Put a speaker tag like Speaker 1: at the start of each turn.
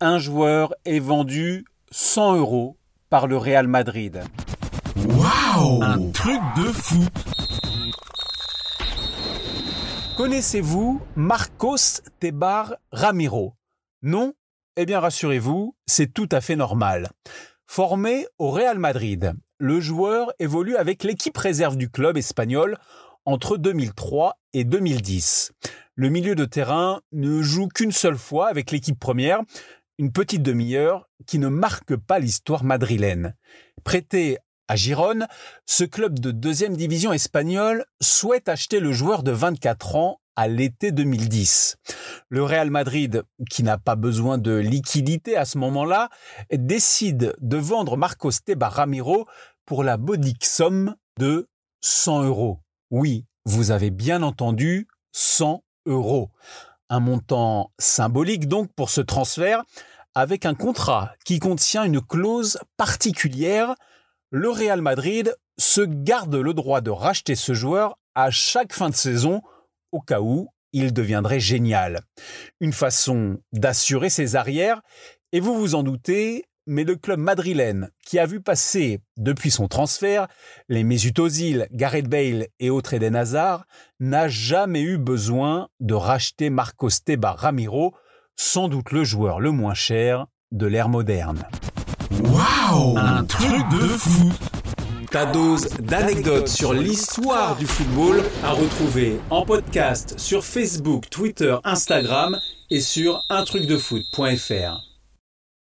Speaker 1: un joueur est vendu 100 € par le Real Madrid.
Speaker 2: Waouh! Un truc de fou!
Speaker 1: Connaissez-vous Marcos Tebar Ramiro? Non? Eh bien rassurez-vous, c'est tout à fait normal. Formé au Real Madrid, le joueur évolue avec l'équipe réserve du club espagnol entre 2003 et 2010. Le milieu de terrain ne joue qu'une seule fois avec l'équipe première, une petite demi-heure qui ne marque pas l'histoire madrilène. Prêté à Girone, ce club de deuxième division espagnole souhaite acheter le joueur de 24 ans à l'été 2010. Le Real Madrid, qui n'a pas besoin de liquidité à ce moment-là, décide de vendre Marcos Tebar Ramiro pour la modique somme de 100 €. Oui, vous avez bien entendu, 100 €. Un montant symbolique donc pour ce transfert, avec un contrat qui contient une clause particulière. Le Real Madrid se garde le droit de racheter ce joueur à chaque fin de saison, au cas où il deviendrait génial. Une façon d'assurer ses arrières, et vous vous en doutez, mais le club madrilène, qui a vu passer, depuis son transfert, les Mesut Ozil, Gareth Bale et autres Eden Hazard, n'a jamais eu besoin de racheter Marcos Tebar Ramiro, sans doute le joueur le moins cher de l'ère moderne.
Speaker 2: Waouh! Un truc de fou!
Speaker 1: Ta dose d'anecdotes sur l'histoire du football à retrouver en podcast sur Facebook, Twitter, Instagram et sur untrucdefoot.fr.